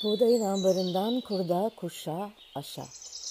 Buğdayın ambarından kurda, kuşa, aşa.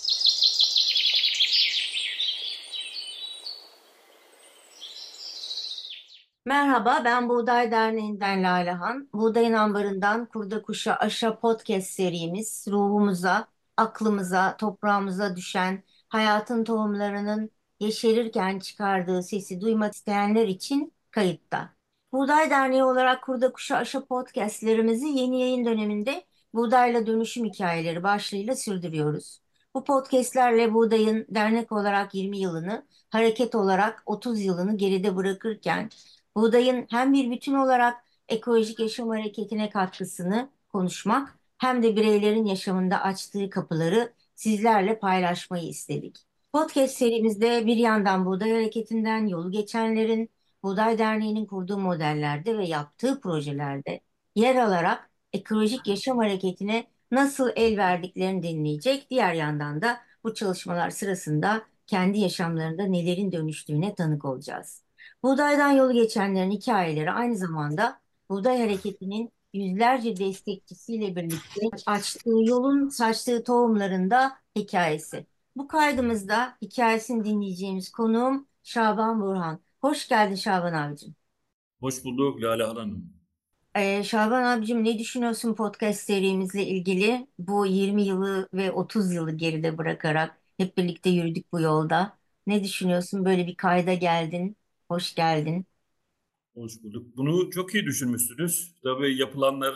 Merhaba, ben Buğday Derneği'nden Lalehan. Buğdayın ambarından kurda, kuşa, aşa podcast serimiz ruhumuza, aklımıza, toprağımıza düşen hayatın tohumlarının yeşerirken çıkardığı sesi duymak isteyenler için kayıtta. Buğday Derneği olarak kurda, kuşa, aşa podcastlerimizi yeni yayın döneminde buğdayla dönüşüm hikayeleri başlığıyla sürdürüyoruz. Bu podcastlerle buğdayın dernek olarak 20 yılını, hareket olarak 30 yılını geride bırakırken buğdayın hem bir bütün olarak ekolojik yaşam hareketine katkısını konuşmak hem de bireylerin yaşamında açtığı kapıları sizlerle paylaşmayı istedik. Podcast serimizde bir yandan Buğday Hareketi'nden yolu geçenlerin Buğday Derneği'nin kurduğu modellerde ve yaptığı projelerde yer alarak ekolojik yaşam hareketine nasıl el verdiklerini dinleyecek. Diğer yandan da bu çalışmalar sırasında kendi yaşamlarında nelerin dönüştüğüne tanık olacağız. Buğdaydan yolu geçenlerin hikayeleri aynı zamanda Buğday Hareketi'nin yüzlerce destekçisiyle birlikte açtığı yolun saçtığı tohumların da hikayesi. Bu kaydımızda hikayesini dinleyeceğimiz konuğum Şaban Burhan. Hoş geldin Şaban abicim. Hoş bulduk Lale Hanım. Şaban abicim ne düşünüyorsun podcast serimizle ilgili? Bu 20 yılı ve 30 yılı geride bırakarak hep birlikte yürüdük bu yolda. Ne düşünüyorsun? Böyle bir kayda geldin. Hoş geldin. Hoş bulduk. Bunu çok iyi düşünmüşsünüz. Tabii yapılanlar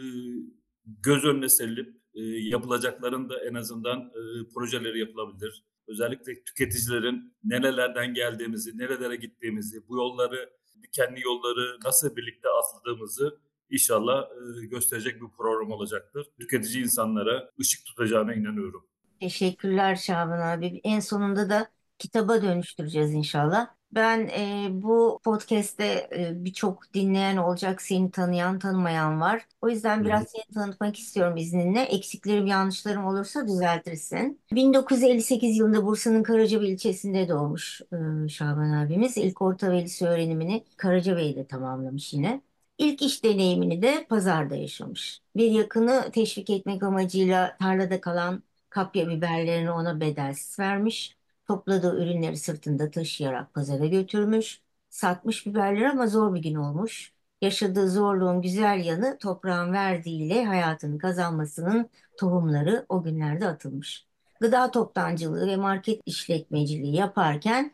göz önüne serilip yapılacakların da en azından projeleri yapılabilir. Özellikle tüketicilerin nerelerden geldiğimizi, nerelere gittiğimizi, bu yolları, dikenli yolları nasıl birlikte atladığımızı inşallah gösterecek bir program olacaktır. Tüketici insanlara ışık tutacağına inanıyorum. Teşekkürler Şaban abi. En sonunda da kitaba dönüştüreceğiz inşallah. Ben bu podcast'te birçok dinleyen olacak, seni tanıyan, tanımayan var. O yüzden Hı biraz hı. seni tanıtmak istiyorum izninle. Eksiklerim, yanlışlarım olursa düzeltirsin. 1958 yılında Bursa'nın Karacabey ilçesinde doğmuş Şaban abimiz. İlk orta ve lise öğrenimini Karacabey'de tamamlamış yine. İlk iş deneyimini de pazarda yaşamış. Bir yakını teşvik etmek amacıyla tarlada kalan kapya biberlerini ona bedelsiz vermiş. Topladığı ürünleri sırtında taşıyarak pazara götürmüş. Satmış biberleri ama zor bir gün olmuş. Yaşadığı zorluğun güzel yanı toprağın verdiğiyle hayatını kazanmasının tohumları o günlerde atılmış. Gıda toptancılığı ve market işletmeciliği yaparken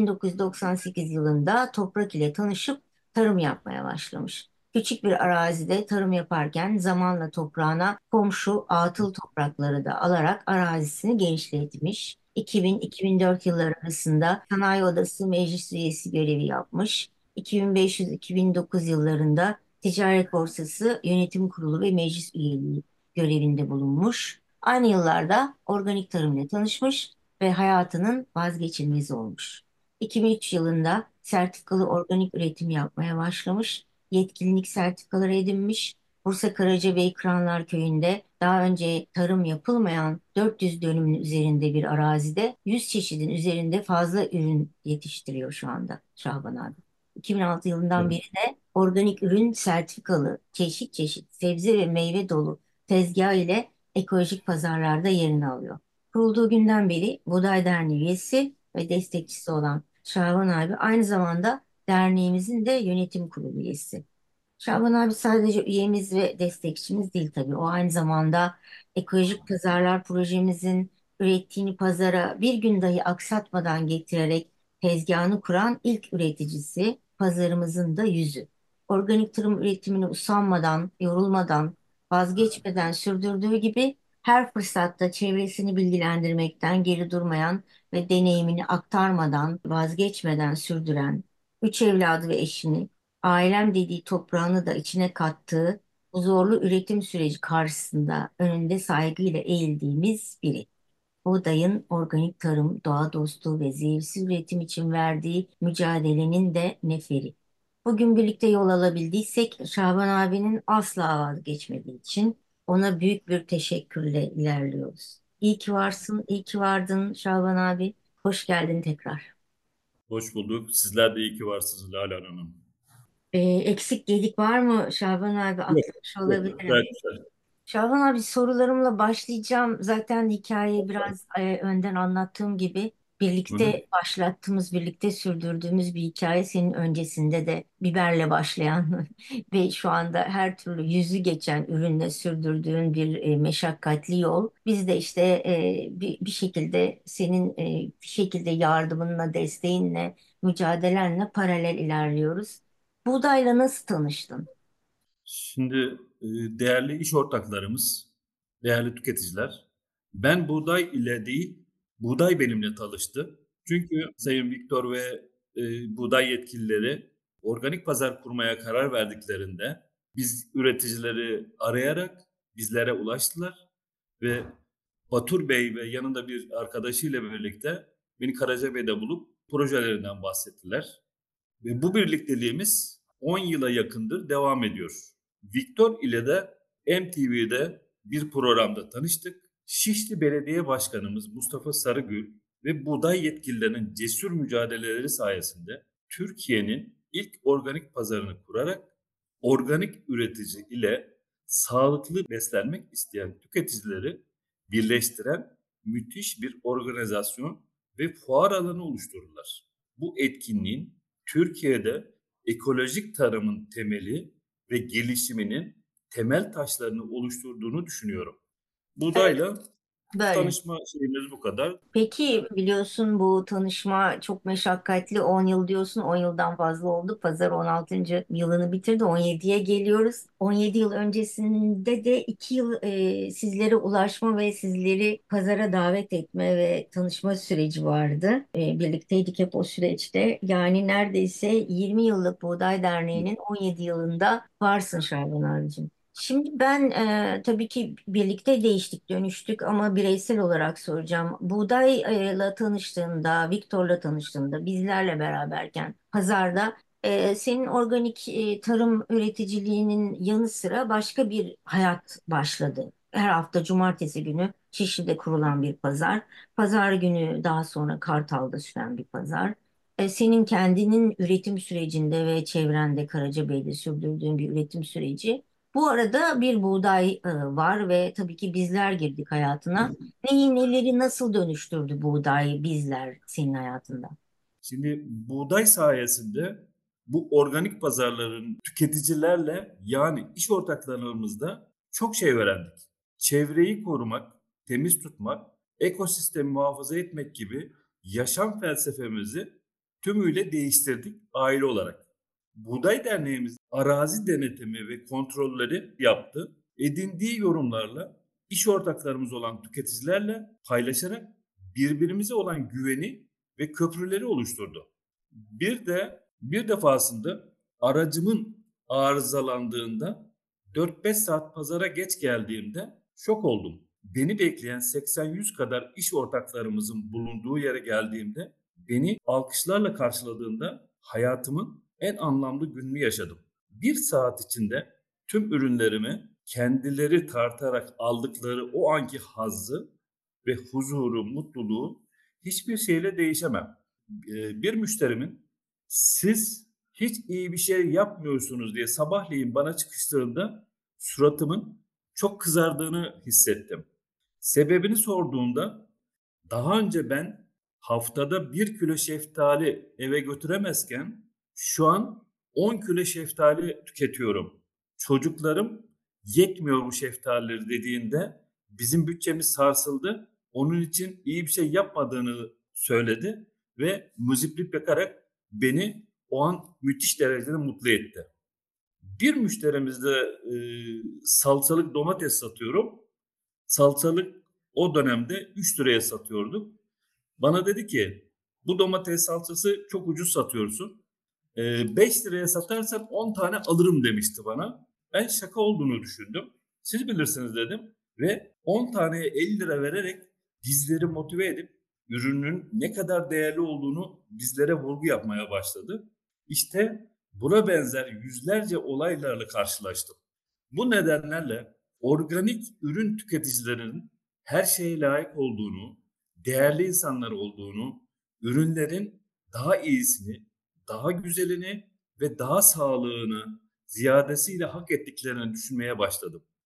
1998 yılında toprak ile tanışıp tarım yapmaya başlamış. Küçük bir arazide tarım yaparken zamanla toprağına komşu atıl toprakları da alarak arazisini genişletmiş. 2000-2004 yılları arasında Sanayi Odası meclis üyesi görevi yapmış. 2500-2009 yıllarında Ticaret Borsası Yönetim Kurulu ve meclis üyeliği görevinde bulunmuş. Aynı yıllarda organik tarımla tanışmış ve hayatının vazgeçilmezi olmuş. 2003 yılında sertifikalı organik üretim yapmaya başlamış, yetkinlik sertifikaları edinmiş. Bursa Karacabey Kıranlar Köyü'nde daha önce tarım yapılmayan 400 dönümün üzerinde bir arazide 100 çeşidin üzerinde fazla ürün yetiştiriyor şu anda Şaban abi. 2006 yılından beri Evet. de organik ürün sertifikalı çeşit çeşit sebze ve meyve dolu tezgah ile ekolojik pazarlarda yerini alıyor. Kurulduğu günden beri Buğday Derneği üyesi ve destekçisi olan Şaban abi aynı zamanda derneğimizin de yönetim kurulu üyesi. Şaban abi sadece üyemiz ve destekçimiz değil tabii. O aynı zamanda ekolojik pazarlar projemizin ürettiğini pazara bir gün dahi aksatmadan getirerek tezgahını kuran ilk üreticisi, pazarımızın da yüzü. Organik tarım üretimini usanmadan, yorulmadan, vazgeçmeden sürdürdüğü gibi her fırsatta çevresini bilgilendirmekten geri durmayan ve deneyimini aktarmadan, vazgeçmeden sürdüren, üç evladı ve eşini ailem dediği toprağını da içine kattığı bu zorlu üretim süreci karşısında önünde saygıyla eğildiğimiz biri. Buğdayın organik tarım, doğa dostu ve zehirsiz üretim için verdiği mücadelenin de neferi. Bugün birlikte yol alabildiysek Şaban abinin asla vazgeçmediği için ona büyük bir teşekkürle ilerliyoruz. İyi ki varsın, iyi ki vardın Şaban abi. Hoş geldin tekrar. Hoş bulduk. Sizler de iyi ki varsınız Lale Hanım. Eksik gedik var mı Şaban abi? Yok, Atlamış yok. olabilirim. Gayet güzel. Şaban abi, sorularımla başlayacağım. Zaten hikayeyi biraz önden anlattığım gibi Hı hı. birlikte başlattığımız, birlikte sürdürdüğümüz bir hikaye. Senin öncesinde de biberle başlayan ve şu anda her türlü yüzü geçen ürünle sürdürdüğün bir meşakkatli yol. Biz de işte bir şekilde senin bir şekilde yardımınla, desteğinle, mücadelenle paralel ilerliyoruz. Buğdayla nasıl tanıştın? Şimdi değerli iş ortaklarımız, değerli tüketiciler, ben buğday ile değil, buğday benimle tanıştı. Çünkü Sayın Viktor ve buğday yetkilileri organik pazar kurmaya karar verdiklerinde biz üreticileri arayarak bizlere ulaştılar ve Batur Bey ve yanında bir arkadaşıyla birlikte beni Karacabey'de bulup projelerinden bahsettiler. Ve bu birlikteliğimiz 10 yıla yakındır devam ediyor. Viktor ile de MTV'de bir programda tanıştık. Şişli Belediye Başkanımız Mustafa Sarıgül ve buğday yetkililerinin cesur mücadeleleri sayesinde Türkiye'nin ilk organik pazarını kurarak organik üretici ile sağlıklı beslenmek isteyen tüketicileri birleştiren müthiş bir organizasyon ve fuar alanı oluşturdular. Bu etkinliğin Türkiye'de ekolojik tarımın temeli ve gelişiminin temel taşlarını oluşturduğunu düşünüyorum. Evet, Buğdayla böyle. tanışma şeyimiz bu kadar. Peki biliyorsun, bu tanışma çok meşakkatli. 10 yıl diyorsun, 10 yıldan fazla oldu. Pazar 16. yılını bitirdi, 17'ye geliyoruz. 17 yıl öncesinde de 2 yıl sizlere ulaşma ve sizleri pazara davet etme ve tanışma süreci vardı. Birlikteydik hep o süreçte. Yani neredeyse 20 yıllık Buğday Derneği'nin 17 yılında varsın Şaban abicim. Şimdi ben tabii ki birlikte değiştik, dönüştük ama bireysel olarak soracağım. Buğdayla tanıştığında, Viktor'la tanıştığında, bizlerle beraberken pazarda senin organik tarım üreticiliğinin yanı sıra başka bir hayat başladı. Her hafta cumartesi günü Şişli'de kurulan bir pazar. Pazar günü daha sonra Kartal'da süren bir pazar. Senin kendinin üretim sürecinde ve çevrende Karacabey'de sürdürdüğün bir üretim süreci. Bu arada bir buğday var ve tabii ki bizler girdik hayatına. Neyi neleri nasıl dönüştürdü buğday, bizler senin hayatında? Şimdi buğday sayesinde bu organik pazarların tüketicilerle yani iş ortaklarımızda çok şey öğrendik. Çevreyi korumak, temiz tutmak, ekosistemi muhafaza etmek gibi yaşam felsefemizi tümüyle değiştirdik aile olarak. Buğday Derneğimiz arazi denetimi ve kontrolleri yaptı. Edindiği yorumlarla iş ortaklarımız olan tüketicilerle paylaşarak birbirimize olan güveni ve köprüleri oluşturdu. Bir defasında aracımın arızalandığında 4-5 saat pazara geç geldiğimde şok oldum. Beni bekleyen 80-100 kadar iş ortaklarımızın bulunduğu yere geldiğimde beni alkışlarla karşıladığında hayatımın en anlamlı gününü yaşadım. Bir saat içinde tüm ürünlerimi kendileri tartarak aldıkları o anki hazzı ve huzuru, mutluluğu hiçbir şeyle değişemem. Bir müşterimin siz hiç iyi bir şey yapmıyorsunuz diye sabahleyin bana çıkıştığında suratımın çok kızardığını hissettim. Sebebini sorduğunda daha önce ben haftada 1 kilo şeftali eve götüremezken şu an 10 kilo şeftali tüketiyorum. Çocuklarım yetmiyor bu şeftalileri dediğinde bizim bütçemiz sarsıldı. Onun için iyi bir şey yapmadığını söyledi ve muziplik bakarak beni o an müthiş derecede mutlu etti. Bir müşterimizde salçalık domates satıyorum. Salçalık o dönemde 3 liraya satıyorduk. Bana dedi ki bu domates salçası çok ucuz satıyorsun. 5 liraya satarsan 10 tane alırım demişti bana. Ben şaka olduğunu düşündüm. Siz bilirsiniz dedim ve 10 taneye 50 lira vererek bizleri motive edip ürünün ne kadar değerli olduğunu bizlere vurgu yapmaya başladı. İşte buna benzer yüzlerce olaylarla karşılaştım. Bu nedenlerle organik ürün tüketicilerinin her şeye layık olduğunu, değerli insanlar olduğunu, ürünlerin daha iyisini, daha güzelini ve daha sağlığını ziyadesiyle hak ettiklerini düşünmeye başladım.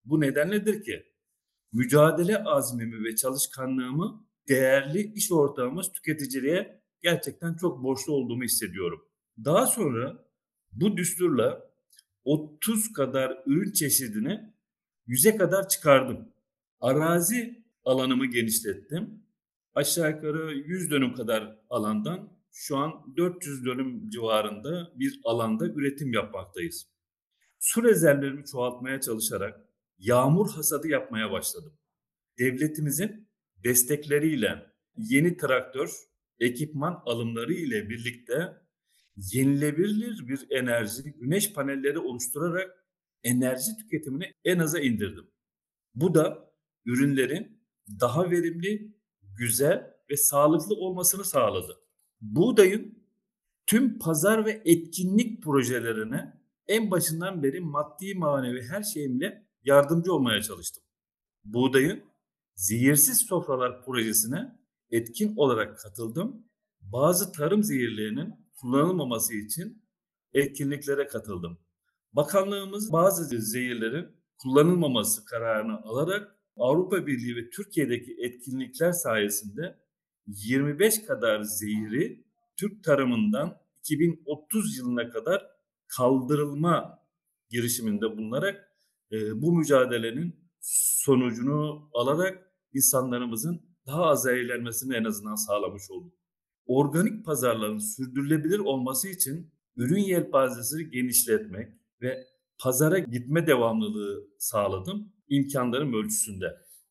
Bu nedenledir ki mücadele azmimi ve çalışkanlığımı değerli iş ortağımız tüketiciliğe gerçekten çok borçlu olduğumu hissediyorum. Daha sonra bu düsturla 30 kadar ürün çeşidini 100'e kadar çıkardım. Arazi alanımı genişlettim. Aşağı yukarı 100 dönüm kadar alandan şu an 400 dönüm civarında bir alanda üretim yapmaktayız. Su rezervlerimi çoğaltmaya çalışarak yağmur hasadı yapmaya başladım. Devletimizin destekleriyle yeni traktör, ekipman alımları ile birlikte yenilebilir bir enerji, güneş panelleri oluşturarak enerji tüketimini en aza indirdim. Bu da ürünlerin daha verimli, güzel ve sağlıklı olmasını sağladı. Buğdayın tüm pazar ve etkinlik projelerine en başından beri maddi manevi her şeyimle yardımcı olmaya çalıştım. Buğdayın zehirsiz sofralar projesine etkin olarak katıldım. Bazı tarım zehirlerinin kullanılmaması için etkinliklere katıldım. Bakanlığımız bazı zehirlerin kullanılmaması kararını alarak Avrupa Birliği ve Türkiye'deki etkinlikler sayesinde 25 kadar zehiri Türk tarımından 2030 yılına kadar kaldırılma girişiminde bulunarak bu mücadelenin sonucunu alarak insanlarımızın daha az zehirlenmesini en azından sağlamış olduk. Organik pazarların sürdürülebilir olması için ürün yelpazesini genişletmek ve pazara gitme devamlılığı sağladım imkanlarım ölçüsünde.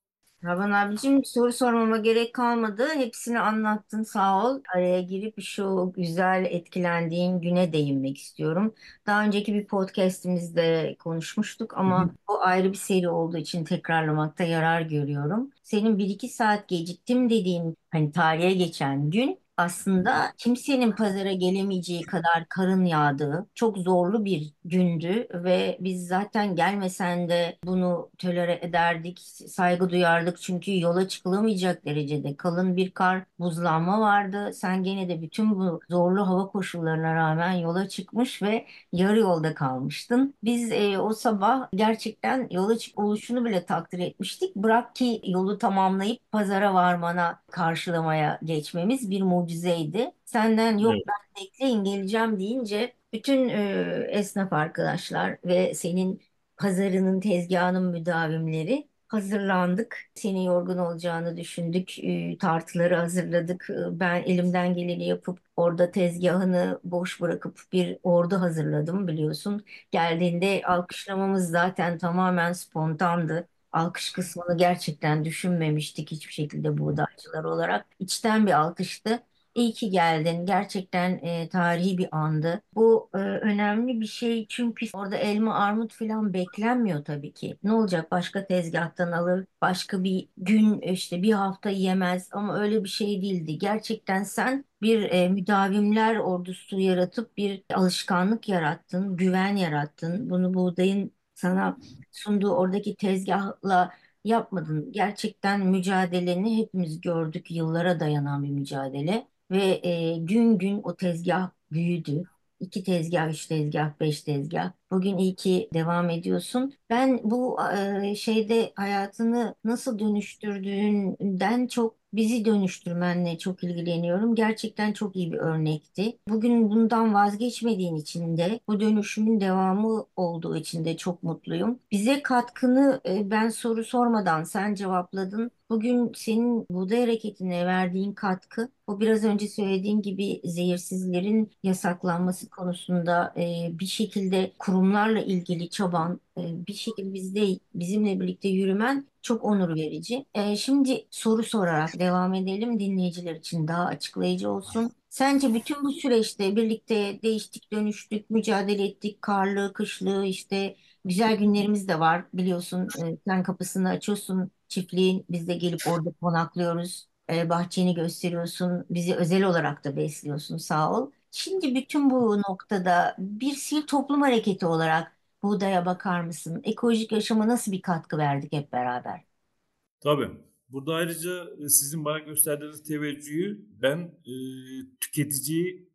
Havan abicim, soru sormama gerek kalmadı. Hepsini anlattın, sağ ol. Araya girip şu güzel etkilendiğin güne değinmek istiyorum. Daha önceki bir podcastimizde konuşmuştuk Hı hı. ama bu ayrı bir seri olduğu için tekrarlamakta yarar görüyorum. Senin 1-2 saat geciktim dediğin hani tarihe geçen gün aslında kimsenin pazara gelemeyeceği kadar karın yağdığı çok zorlu bir gündü ve biz zaten gelmesen de bunu tolere ederdik, saygı duyardık çünkü yola çıkılamayacak derecede kalın bir kar, buzlanma vardı. Sen gene de bütün bu zorlu hava koşullarına rağmen yola çıkmış ve yarı yolda kalmıştın. Biz o sabah gerçekten yola çık oluşunu bile takdir etmiştik. Bırak ki yolu tamamlayıp pazara varmana karşılamaya geçmemiz bir mucizeydi. Senden yok Evet. ben bekleyin geleceğim deyince bütün esnaf arkadaşlar ve senin pazarının tezgahının müdavimleri hazırlandık. Senin yorgun olacağını düşündük. Tartıları hazırladık. Ben elimden geleni yapıp orada tezgahını boş bırakıp bir ordu hazırladım biliyorsun. Geldiğinde alkışlamamız zaten tamamen spontandı. Alkış kısmını gerçekten düşünmemiştik hiçbir şekilde buğdaycılar olarak. İçten bir alkıştı. İyi ki geldin. Gerçekten tarihi bir andı. Bu önemli bir şey çünkü orada elma, armut falan beklenmiyor tabii ki. Ne olacak? Başka tezgahtan alır, başka bir gün işte bir hafta yemez ama öyle bir şey değildi. Gerçekten sen bir müdavimler ordusu yaratıp bir alışkanlık yarattın, güven yarattın. Bunu buğdayın sana sunduğu oradaki tezgahla yapmadın. Gerçekten mücadeleni hepimiz gördük. Yıllara dayanan bir mücadele. Ve gün gün o tezgah büyüdü. 2 tezgah, 3 tezgah, 5 tezgah. Bugün iyi ki devam ediyorsun. Ben bu şeyde hayatını nasıl dönüştürdüğünden çok bizi dönüştürmenle çok ilgileniyorum. Gerçekten çok iyi bir örnekti. Bugün bundan vazgeçmediğin için de bu dönüşümün devamı olduğu için de çok mutluyum. Bize katkını ben soru sormadan sen cevapladın. Bugün senin buğday hareketine verdiğin katkı, bu biraz önce söylediğin gibi zehirsizlerin yasaklanması konusunda bir şekilde kurumlarla ilgili çaban, bir şekilde bizimle birlikte yürümen çok onur verici. Şimdi soru sorarak devam edelim, dinleyiciler için daha açıklayıcı olsun. Sence bütün bu süreçte birlikte değiştik, dönüştük, mücadele ettik, karlı, kışlı işte güzel günlerimiz de var biliyorsun. Sen kapısını açıyorsun çiftliğin, biz de gelip orada konaklıyoruz. Bahçeni gösteriyorsun, bizi özel olarak da besliyorsun sağ ol. Şimdi bütün bu noktada bir sivil toplum hareketi olarak buğdaya bakar mısın? Ekolojik yaşama nasıl bir katkı verdik hep beraber? Tabii. Burada ayrıca sizin bana gösterdiğiniz teveccühü ben tüketiciyi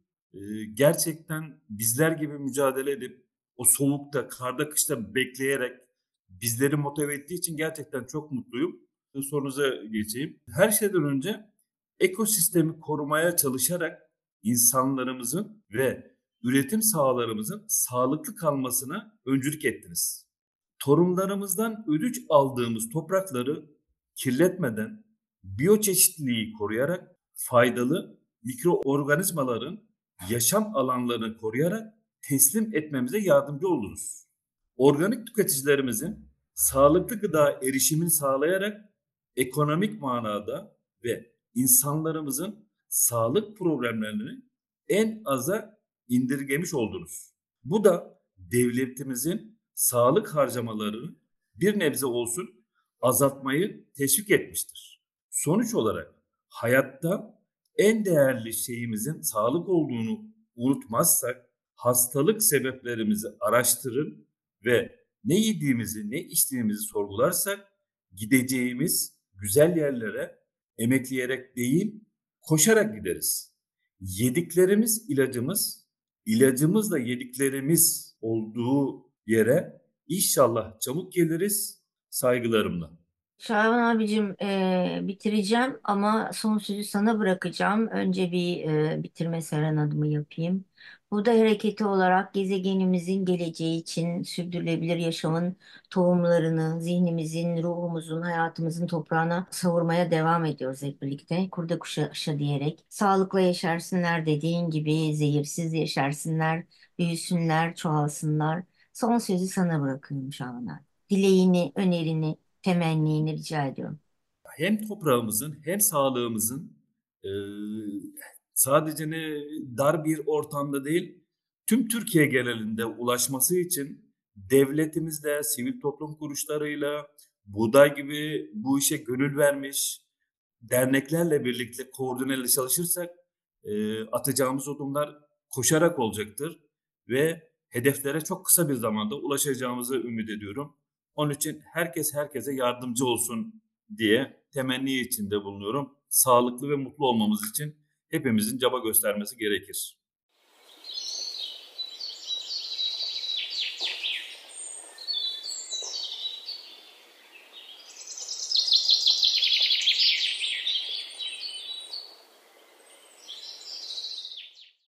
gerçekten bizler gibi mücadele edip o soğukta, karda, kışta bekleyerek bizleri motive ettiği için gerçekten çok mutluyum. Sorunuza geçeyim. Her şeyden önce ekosistemi korumaya çalışarak insanlarımızın ve üretim sahalarımızın sağlıklı kalmasına öncülük ettiniz. Torunlarımızdan ödünç aldığımız toprakları kirletmeden, biyoçeşitliliği koruyarak, faydalı mikroorganizmaların yaşam alanlarını koruyarak teslim etmemize yardımcı oldunuz. Organik tüketicilerimizin sağlıklı gıda erişimini sağlayarak ekonomik manada ve insanlarımızın sağlık problemlerini en aza indirgemiş oldunuz. Bu da devletimizin sağlık harcamalarını bir nebze olsun azaltmayı teşvik etmiştir. Sonuç olarak hayatta en değerli şeyimizin sağlık olduğunu unutmazsak hastalık sebeplerimizi araştırır ve ne yediğimizi, ne içtiğimizi sorgularsak gideceğimiz güzel yerlere emekleyerek değil, koşarak gideriz. Yediklerimiz ilacımız, ilacımız da yediklerimiz olduğu yere inşallah çabuk geliriz saygılarımla. Şaban abicim, bitireceğim ama son sözü sana bırakacağım. Önce bir bitirme serenadımı yapayım. Buğday Hareketi olarak gezegenimizin geleceği için sürdürülebilir yaşamın tohumlarını zihnimizin, ruhumuzun, hayatımızın toprağına savurmaya devam ediyoruz hep birlikte. Kurda kuşa aşa diyerek. Sağlıkla yaşarsınlar dediğin gibi zehirsiz yaşarsınlar, büyüsünler, çoğalsınlar. Son sözü sana bırakıyorum Şaban abi. Dileğini, önerini, temennini rica ediyorum. Hem toprağımızın hem sağlığımızın sadece dar bir ortamda değil, tüm Türkiye genelinde ulaşması için devletimizle, sivil toplum kuruluşlarıyla, Buğday gibi bu işe gönül vermiş derneklerle birlikte koordineli çalışırsak atacağımız adımlar koşarak olacaktır ve hedeflere çok kısa bir zamanda ulaşacağımızı ümit ediyorum. Onun için herkes herkese yardımcı olsun diye temenni içinde bulunuyorum. Sağlıklı ve mutlu olmamız için hepimizin çaba göstermesi gerekir.